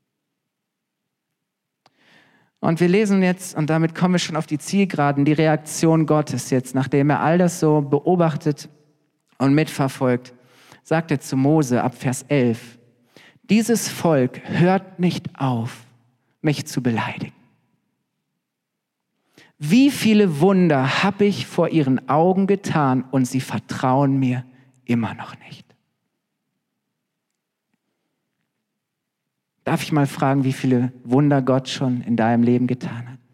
Und wir lesen jetzt, und damit kommen wir schon auf die Zielgeraden, die Reaktion Gottes jetzt, nachdem er all das so beobachtet und mitverfolgt, sagt er zu Mose ab Vers elf, dieses Volk hört nicht auf, mich zu beleidigen. Wie viele Wunder habe ich vor ihren Augen getan und sie vertrauen mir immer noch nicht. Darf ich mal fragen, wie viele Wunder Gott schon in deinem Leben getan hat?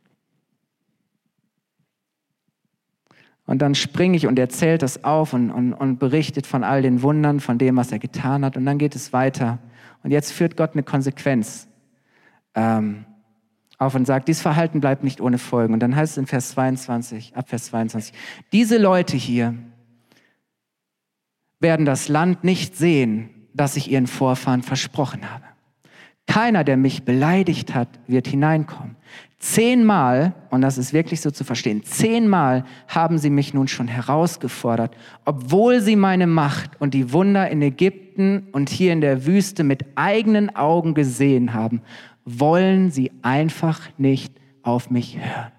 Und dann springe ich und er zählt das auf und, und, und berichtet von all den Wundern, von dem, was er getan hat. Und dann geht es weiter. Und jetzt führt Gott eine Konsequenz ähm, auf und sagt, dieses Verhalten bleibt nicht ohne Folgen. Und dann heißt es in Vers zweiundzwanzig, ab Vers zweiundzwanzig, diese Leute hier werden das Land nicht sehen, das ich ihren Vorfahren versprochen habe. Keiner, der mich beleidigt hat, wird hineinkommen. Zehnmal, und das ist wirklich so zu verstehen, zehnmal haben sie mich nun schon herausgefordert, obwohl sie meine Macht und die Wunder in Ägypten und hier in der Wüste mit eigenen Augen gesehen haben, wollen sie einfach nicht auf mich hören.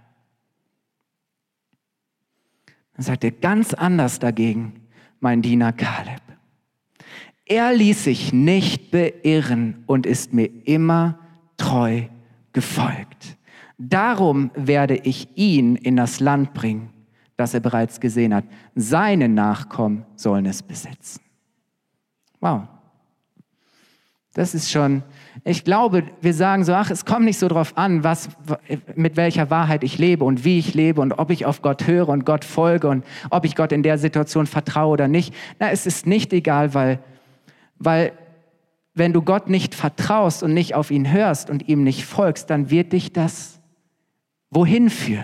Dann sagt er ganz anders dagegen, mein Diener Kaleb. Er ließ sich nicht beirren und ist mir immer treu gefolgt. Darum werde ich ihn in das Land bringen, das er bereits gesehen hat. Seine Nachkommen sollen es besitzen. Wow. Das ist schon, ich glaube, wir sagen so, ach, es kommt nicht so drauf an, was, mit welcher Wahrheit ich lebe und wie ich lebe und ob ich auf Gott höre und Gott folge und ob ich Gott in der Situation vertraue oder nicht. Na, es ist nicht egal, weil, weil wenn du Gott nicht vertraust und nicht auf ihn hörst und ihm nicht folgst, dann wird dich das wohin führen?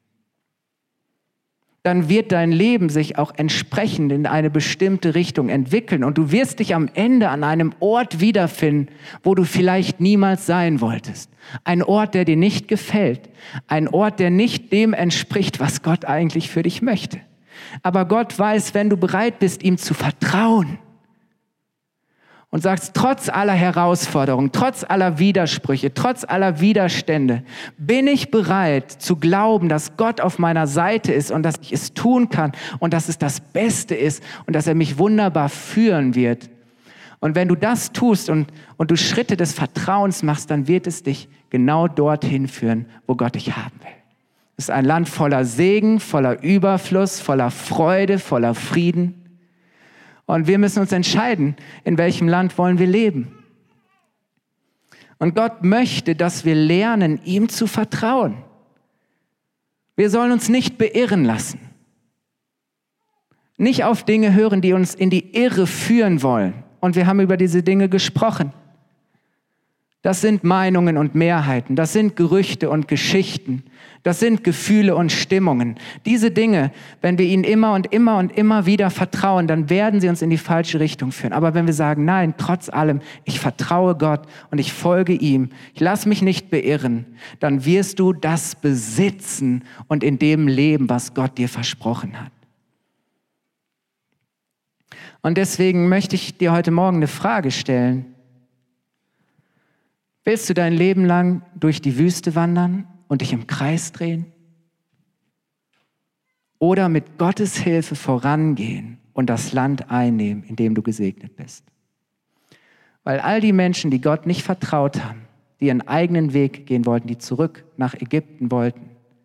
Dann wird dein Leben sich auch entsprechend in eine bestimmte Richtung entwickeln und du wirst dich am Ende an einem Ort wiederfinden, wo du vielleicht niemals sein wolltest. Ein Ort, der dir nicht gefällt. Ein Ort, der nicht dem entspricht, was Gott eigentlich für dich möchte. Aber Gott weiß, wenn du bereit bist, ihm zu vertrauen, und sagst, trotz aller Herausforderungen, trotz aller Widersprüche, trotz aller Widerstände, bin ich bereit zu glauben, dass Gott auf meiner Seite ist und dass ich es tun kann und dass es das Beste ist und dass er mich wunderbar führen wird. Und wenn du das tust und, und du Schritte des Vertrauens machst, dann wird es dich genau dorthin führen, wo Gott dich haben will. Es ist ein Land voller Segen, voller Überfluss, voller Freude, voller Frieden. Und wir müssen uns entscheiden, in welchem Land wollen wir leben. Und Gott möchte, dass wir lernen, ihm zu vertrauen. Wir sollen uns nicht beirren lassen. Nicht auf Dinge hören, die uns in die Irre führen wollen. Und wir haben über diese Dinge gesprochen. Das sind Meinungen und Mehrheiten, das sind Gerüchte und Geschichten, das sind Gefühle und Stimmungen. Diese Dinge, wenn wir ihnen immer und immer und immer wieder vertrauen, dann werden sie uns in die falsche Richtung führen. Aber wenn wir sagen, nein, trotz allem, ich vertraue Gott und ich folge ihm, ich lasse mich nicht beirren, dann wirst du das besitzen und in dem leben, was Gott dir versprochen hat. Und deswegen möchte ich dir heute Morgen eine Frage stellen. Willst du dein Leben lang durch die Wüste wandern und dich im Kreis drehen? Oder mit Gottes Hilfe vorangehen und das Land einnehmen, in dem du gesegnet bist? Weil all die Menschen, die Gott nicht vertraut haben, die ihren eigenen Weg gehen wollten, die zurück nach Ägypten wollten,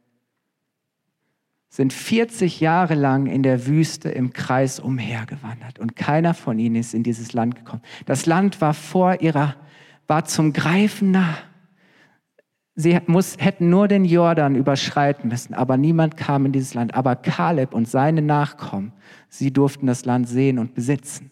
sind vierzig Jahre lang in der Wüste im Kreis umhergewandert und keiner von ihnen ist in dieses Land gekommen. Das Land war vor ihrer, war zum Greifen nah. Sie muss, hätten nur den Jordan überschreiten müssen, aber niemand kam in dieses Land. Aber Kaleb und seine Nachkommen, sie durften das Land sehen und besitzen.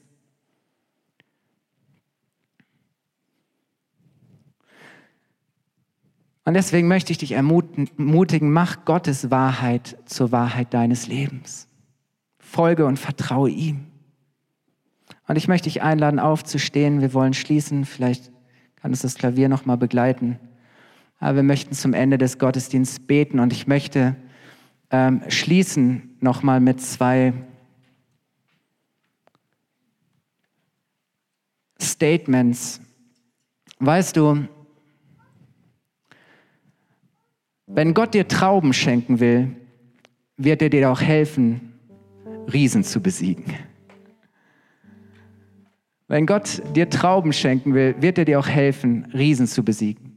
Und deswegen möchte ich dich ermutigen, mach Gottes Wahrheit zur Wahrheit deines Lebens. Folge und vertraue ihm. Und ich möchte dich einladen, aufzustehen. Wir wollen schließen. Vielleicht kann uns das Klavier noch mal begleiten. Aber wir möchten zum Ende des Gottesdienstes beten. Und ich möchte ähm, schließen noch mal mit zwei Statements. Weißt du, wenn Gott dir Trauben schenken will, wird er dir auch helfen, Riesen zu besiegen. Wenn Gott dir Trauben schenken will, wird er dir auch helfen, Riesen zu besiegen.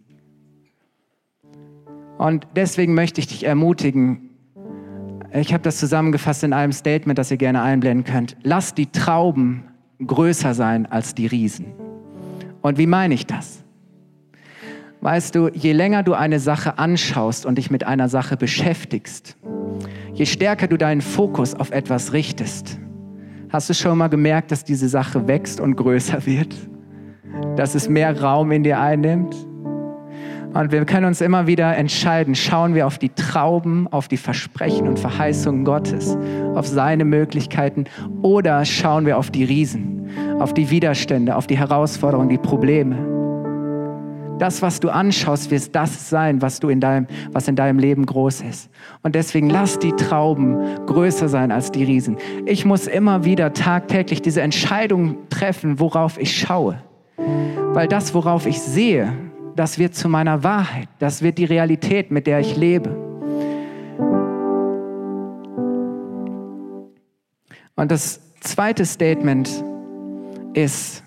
Und deswegen möchte ich dich ermutigen, ich habe das zusammengefasst in einem Statement, das ihr gerne einblenden könnt. Lass die Trauben größer sein als die Riesen. Und wie meine ich das? Weißt du, je länger du eine Sache anschaust und dich mit einer Sache beschäftigst, je stärker du deinen Fokus auf etwas richtest, hast du schon mal gemerkt, dass diese Sache wächst und größer wird? Dass es mehr Raum in dir einnimmt? Und wir können uns immer wieder entscheiden, schauen wir auf die Trauben, auf die Versprechen und Verheißungen Gottes, auf seine Möglichkeiten, oder schauen wir auf die Riesen, auf die Widerstände, auf die Herausforderungen, die Probleme? Das, was du anschaust, wird das sein, was, du in deinem, was in deinem Leben groß ist. Und deswegen lass die Trauben größer sein als die Riesen. Ich muss immer wieder tagtäglich diese Entscheidung treffen, worauf ich schaue. Weil das, worauf ich sehe, das wird zu meiner Wahrheit. Das wird die Realität, mit der ich lebe. Und das zweite Statement ist: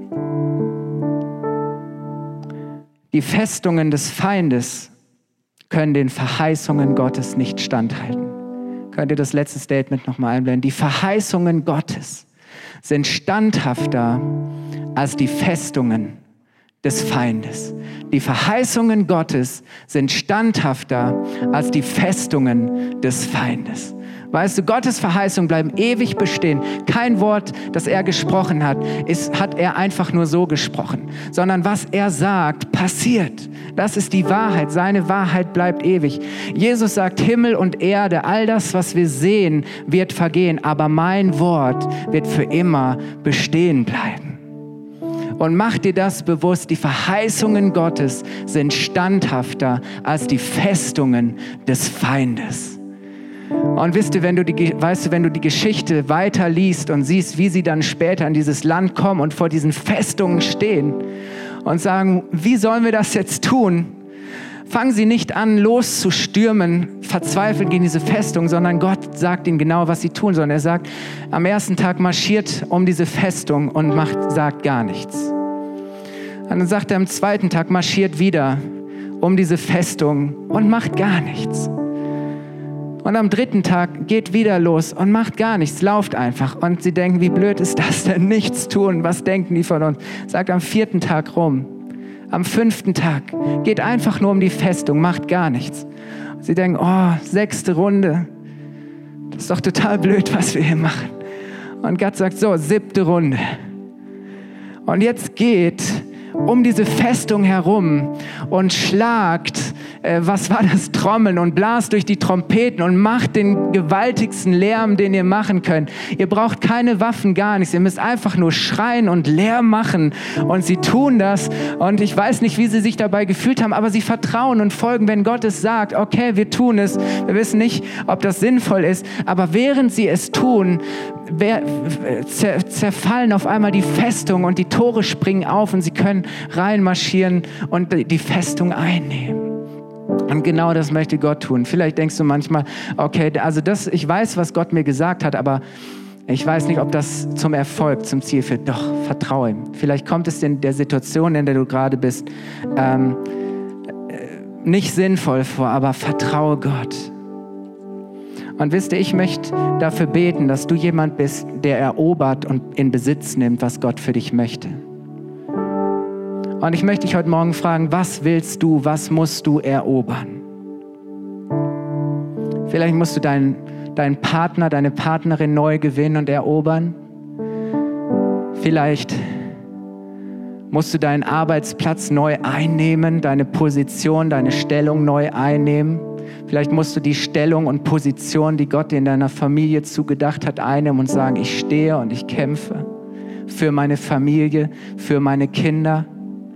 Die Festungen des Feindes können den Verheißungen Gottes nicht standhalten. Könnt ihr das letzte Statement nochmal einblenden? Die Verheißungen Gottes sind standhafter als die Festungen des Feindes. Die Verheißungen Gottes sind standhafter als die Festungen des Feindes. Weißt du, Gottes Verheißungen bleiben ewig bestehen. Kein Wort, das er gesprochen hat, ist, hat er einfach nur so gesprochen, sondern was er sagt, passiert. Das ist die Wahrheit. Seine Wahrheit bleibt ewig. Jesus sagt, Himmel und Erde, all das, was wir sehen, wird vergehen, aber mein Wort wird für immer bestehen bleiben. Und mach dir das bewusst, die Verheißungen Gottes sind standhafter als die Festungen des Feindes. Und wisst ihr, wenn du die, weißt du, wenn du die Geschichte weiter liest und siehst, wie sie dann später in dieses Land kommen und vor diesen Festungen stehen und sagen, wie sollen wir das jetzt tun? fangen sie nicht an, loszustürmen, verzweifelt gegen diese Festung, sondern Gott sagt ihnen genau, was sie tun sollen. Er sagt, am ersten Tag marschiert um diese Festung und macht, sagt gar nichts. Und dann sagt er am zweiten Tag, marschiert wieder um diese Festung und macht gar nichts. Und am dritten Tag geht wieder los und macht gar nichts, lauft einfach. Und sie denken, wie blöd ist das denn, nichts tun, was denken die von uns? Sagt am vierten Tag rum, am fünften Tag, geht einfach nur um die Festung, macht gar nichts. Und sie denken, oh, sechste Runde, das ist doch total blöd, was wir hier machen. Und Gott sagt, so, siebte Runde. Und jetzt geht um diese Festung herum und schlagt, äh, was war das, Trommeln und blast durch die Trompeten und macht den gewaltigsten Lärm, den ihr machen könnt. Ihr braucht keine Waffen, gar nichts. Ihr müsst einfach nur schreien und Lärm machen. Und sie tun das. Und ich weiß nicht, wie sie sich dabei gefühlt haben, aber sie vertrauen und folgen, wenn Gott es sagt. Okay, wir tun es. Wir wissen nicht, ob das sinnvoll ist. Aber während sie es tun, zerfallen auf einmal die Festung und die Tore springen auf und sie können reinmarschieren und die Festung einnehmen. Und genau das möchte Gott tun. Vielleicht denkst du manchmal, okay, also das, ich weiß, was Gott mir gesagt hat, aber ich weiß nicht, ob das zum Erfolg, zum Ziel führt. Doch, vertraue ihm. Vielleicht kommt es in der Situation, in der du gerade bist, ähm, nicht sinnvoll vor, aber vertraue Gott. Und wisst ihr, ich möchte dafür beten, dass du jemand bist, der erobert und in Besitz nimmt, was Gott für dich möchte. Und ich möchte dich heute Morgen fragen, was willst du, was musst du erobern? Vielleicht musst du deinen, deinen Partner, deine Partnerin neu gewinnen und erobern. Vielleicht musst du deinen Arbeitsplatz neu einnehmen, deine Position, deine Stellung neu einnehmen. Vielleicht musst du die Stellung und Position, die Gott dir in deiner Familie zugedacht hat, einnehmen und sagen, ich stehe und ich kämpfe für meine Familie, für meine Kinder.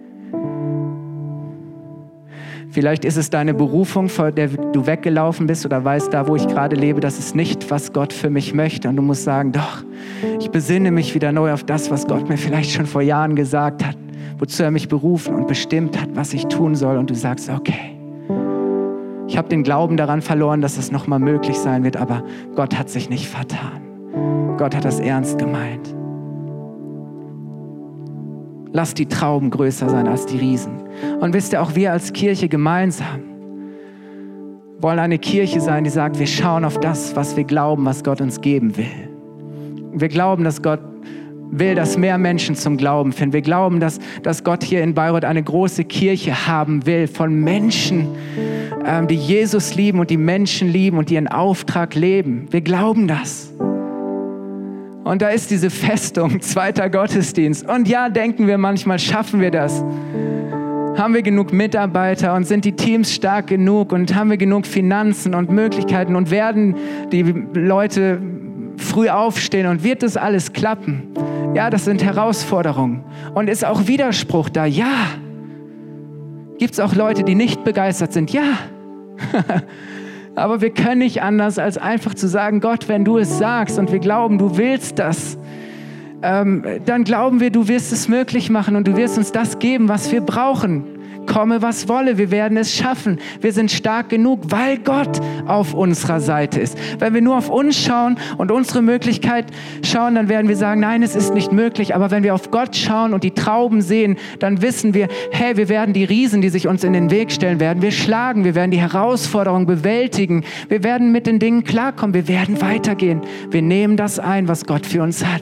Vielleicht ist es deine Berufung, vor der du weggelaufen bist oder weißt, da wo ich gerade lebe, das ist nicht, was Gott für mich möchte. Und du musst sagen, doch, ich besinne mich wieder neu auf das, was Gott mir vielleicht schon vor Jahren gesagt hat, wozu er mich berufen und bestimmt hat, was ich tun soll. Und du sagst, okay, ich habe den Glauben daran verloren, dass es nochmal möglich sein wird, aber Gott hat sich nicht vertan. Gott hat das ernst gemeint. Lass die Trauben größer sein als die Riesen. Und wisst ihr, auch wir als Kirche gemeinsam wollen eine Kirche sein, die sagt, wir schauen auf das, was wir glauben, was Gott uns geben will. Wir glauben, dass Gott will, dass mehr Menschen zum Glauben finden. Wir glauben, dass, dass Gott hier in Bayreuth eine große Kirche haben will von Menschen, ähm, die Jesus lieben und die Menschen lieben und die ihren Auftrag leben. Wir glauben das. Und da ist diese Festung, zweiter Gottesdienst. Und ja, denken wir manchmal, schaffen wir das? Haben wir genug Mitarbeiter und sind die Teams stark genug und haben wir genug Finanzen und Möglichkeiten und werden die Leute früh aufstehen und wird das alles klappen? Ja, das sind Herausforderungen. Und ist auch Widerspruch da? Ja. Gibt es auch Leute, die nicht begeistert sind? Ja. Aber wir können nicht anders, als einfach zu sagen, Gott, wenn du es sagst und wir glauben, du willst das, ähm, dann glauben wir, du wirst es möglich machen und du wirst uns das geben, was wir brauchen. Komme, was wolle, wir werden es schaffen. Wir sind stark genug, weil Gott auf unserer Seite ist. Wenn wir nur auf uns schauen und unsere Möglichkeit schauen, dann werden wir sagen, nein, es ist nicht möglich. Aber wenn wir auf Gott schauen und die Trauben sehen, dann wissen wir, hey, wir werden die Riesen, die sich uns in den Weg stellen, werden wir schlagen. Wir werden die Herausforderungen bewältigen. Wir werden mit den Dingen klarkommen. Wir werden weitergehen. Wir nehmen das ein, was Gott für uns hat.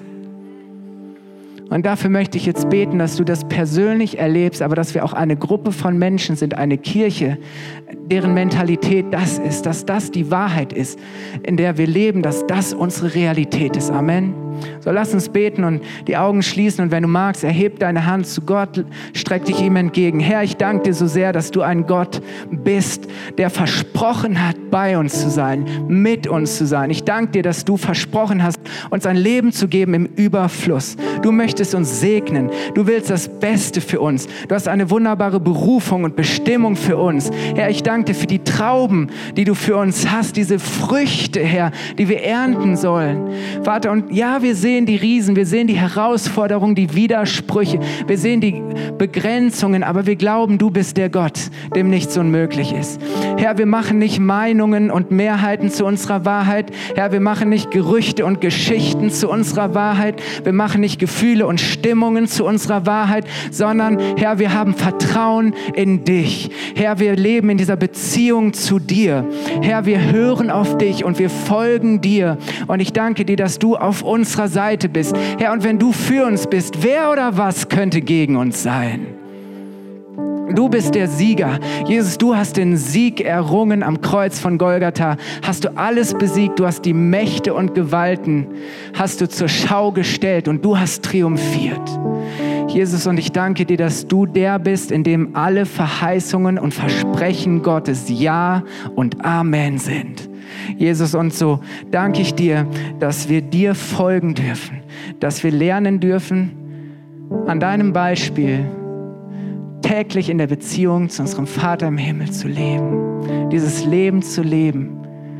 Und dafür möchte ich jetzt beten, dass du das persönlich erlebst, aber dass wir auch eine Gruppe von Menschen sind, eine Kirche, deren Mentalität das ist, dass das die Wahrheit ist, in der wir leben, dass das unsere Realität ist. Amen. So, lass uns beten und die Augen schließen und wenn du magst, erheb deine Hand zu Gott, streck dich ihm entgegen. Herr, ich danke dir so sehr, dass du ein Gott bist, der versprochen hat, bei uns zu sein, mit uns zu sein. Ich danke dir, dass du versprochen hast, uns ein Leben zu geben im Überfluss. Du möchtest uns segnen. Du willst das Beste für uns. Du hast eine wunderbare Berufung und Bestimmung für uns. Herr, ich danke dir für die Trauben, die du für uns hast, diese Früchte, Herr, die wir ernten sollen. Vater, und ja, wir wir sehen die Riesen, wir sehen die Herausforderungen, die Widersprüche, wir sehen die Begrenzungen, aber wir glauben, du bist der Gott, dem nichts unmöglich ist. Herr, wir machen nicht Meinungen und Mehrheiten zu unserer Wahrheit. Herr, wir machen nicht Gerüchte und Geschichten zu unserer Wahrheit. Wir machen nicht Gefühle und Stimmungen zu unserer Wahrheit, sondern, Herr, wir haben Vertrauen in dich. Herr, wir leben in dieser Beziehung zu dir. Herr, wir hören auf dich und wir folgen dir. Und ich danke dir, dass du auf unserer Seite bist. Herr, und wenn du für uns bist, wer oder was könnte gegen uns sein? Du bist der Sieger. Jesus, du hast den Sieg errungen am Kreuz von Golgatha. Hast du alles besiegt. Du hast die Mächte und Gewalten, hast du zur Schau gestellt und du hast triumphiert. Jesus, und ich danke dir, dass du der bist, in dem alle Verheißungen und Versprechen Gottes Ja und Amen sind. Jesus, und so danke ich dir, dass wir dir folgen dürfen, dass wir lernen dürfen, an deinem Beispiel täglich in der Beziehung zu unserem Vater im Himmel zu leben, dieses Leben zu leben,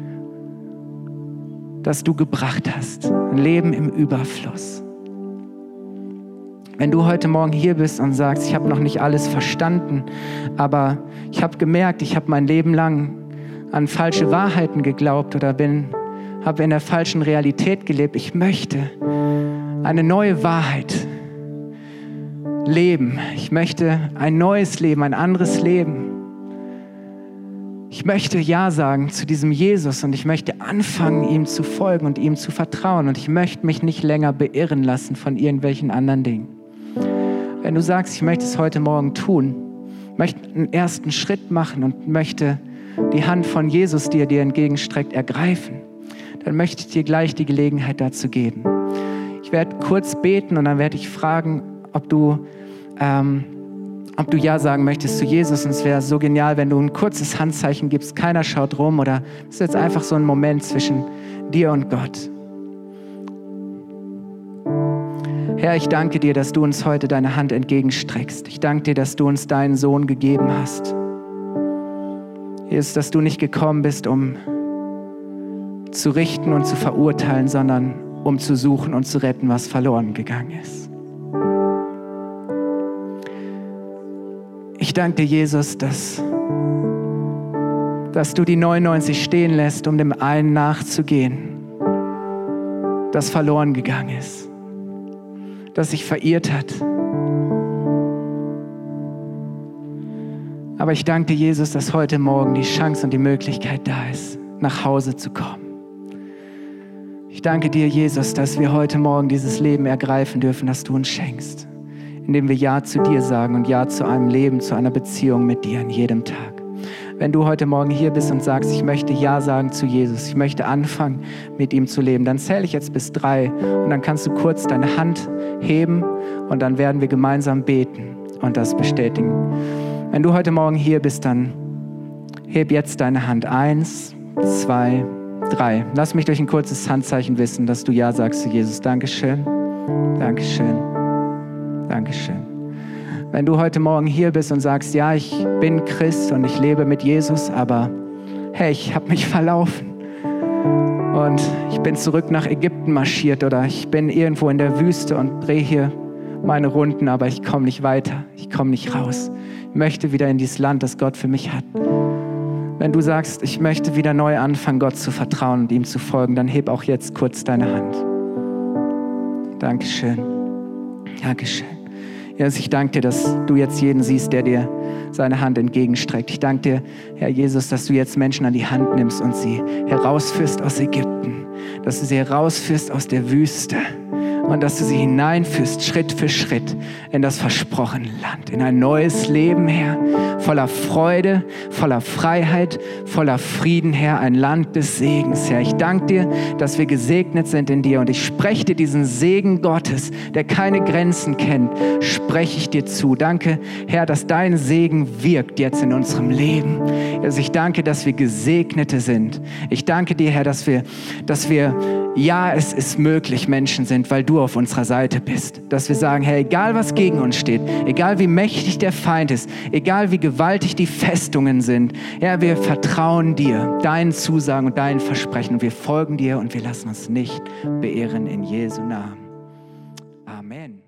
das du gebracht hast, ein Leben im Überfluss. Wenn du heute Morgen hier bist und sagst, ich habe noch nicht alles verstanden, aber ich habe gemerkt, ich habe mein Leben lang an falsche Wahrheiten geglaubt oder bin, habe in der falschen Realität gelebt. Ich möchte eine neue Wahrheit leben. Ich möchte ein neues Leben, ein anderes Leben. Ich möchte Ja sagen zu diesem Jesus und ich möchte anfangen, ihm zu folgen und ihm zu vertrauen. Und ich möchte mich nicht länger beirren lassen von irgendwelchen anderen Dingen. Wenn du sagst, ich möchte es heute Morgen tun, möchte einen ersten Schritt machen und möchte die Hand von Jesus, die er dir entgegenstreckt, ergreifen, dann möchte ich dir gleich die Gelegenheit dazu geben. Ich werde kurz beten und dann werde ich fragen, ob du, ähm, ob du Ja sagen möchtest zu Jesus. Und es wäre so genial, wenn du ein kurzes Handzeichen gibst. Keiner schaut rum oder es ist jetzt einfach so ein Moment zwischen dir und Gott. Herr, ich danke dir, dass du uns heute deine Hand entgegenstreckst. Ich danke dir, dass du uns deinen Sohn gegeben hast. Jesus, dass du nicht gekommen bist, um zu richten und zu verurteilen, sondern um zu suchen und zu retten, was verloren gegangen ist. Ich danke dir, Jesus, dass, dass du die neunundneunzig stehen lässt, um dem einen nachzugehen, das verloren gegangen ist, das sich verirrt hat. Aber ich danke dir, Jesus, dass heute Morgen die Chance und die Möglichkeit da ist, nach Hause zu kommen. Ich danke dir, Jesus, dass wir heute Morgen dieses Leben ergreifen dürfen, das du uns schenkst, indem wir Ja zu dir sagen und Ja zu einem Leben, zu einer Beziehung mit dir an jedem Tag. Wenn du heute Morgen hier bist und sagst, ich möchte Ja sagen zu Jesus, ich möchte anfangen, mit ihm zu leben, dann zähle ich jetzt bis drei und dann kannst du kurz deine Hand heben und dann werden wir gemeinsam beten und das bestätigen. Wenn du heute Morgen hier bist, dann heb jetzt deine Hand. Eins, zwei, drei. Lass mich durch ein kurzes Handzeichen wissen, dass du Ja sagst zu Jesus. Dankeschön, Dankeschön, Dankeschön. Wenn du heute Morgen hier bist und sagst, ja, ich bin Christ und ich lebe mit Jesus, aber hey, ich habe mich verlaufen und ich bin zurück nach Ägypten marschiert oder ich bin irgendwo in der Wüste und drehe hier meine Runden, aber ich komme nicht weiter, ich komme nicht raus. Ich möchte wieder in dieses Land, das Gott für mich hat. Wenn du sagst, ich möchte wieder neu anfangen, Gott zu vertrauen und ihm zu folgen, dann heb auch jetzt kurz deine Hand. Dankeschön, Dankeschön. Jesus, ich danke dir, dass du jetzt jeden siehst, der dir seine Hand entgegenstreckt. Ich danke dir, Herr Jesus, dass du jetzt Menschen an die Hand nimmst und sie herausführst aus Ägypten, dass du sie herausführst aus der Wüste und dass du sie hineinführst, Schritt für Schritt, in das versprochene Land, in ein neues Leben, Herr, voller Freude, voller Freiheit, voller Frieden, Herr, ein Land des Segens, Herr. Ich danke dir, dass wir gesegnet sind in dir und ich spreche dir diesen Segen Gottes, der keine Grenzen kennt, spreche ich dir zu. Danke, Herr, dass dein Segen wirkt jetzt in unserem Leben. Also ich danke, dass wir Gesegnete sind. Ich danke dir, Herr, dass wir, dass wir, ja, es ist möglich, Menschen sind, weil du auf unserer Seite bist. Dass wir sagen, hey, egal was gegen uns steht, egal wie mächtig der Feind ist, egal wie gewaltig die Festungen sind, ja, wir vertrauen dir, deinen Zusagen und deinen Versprechen und wir folgen dir und wir lassen uns nicht beirren in Jesu Namen. Amen.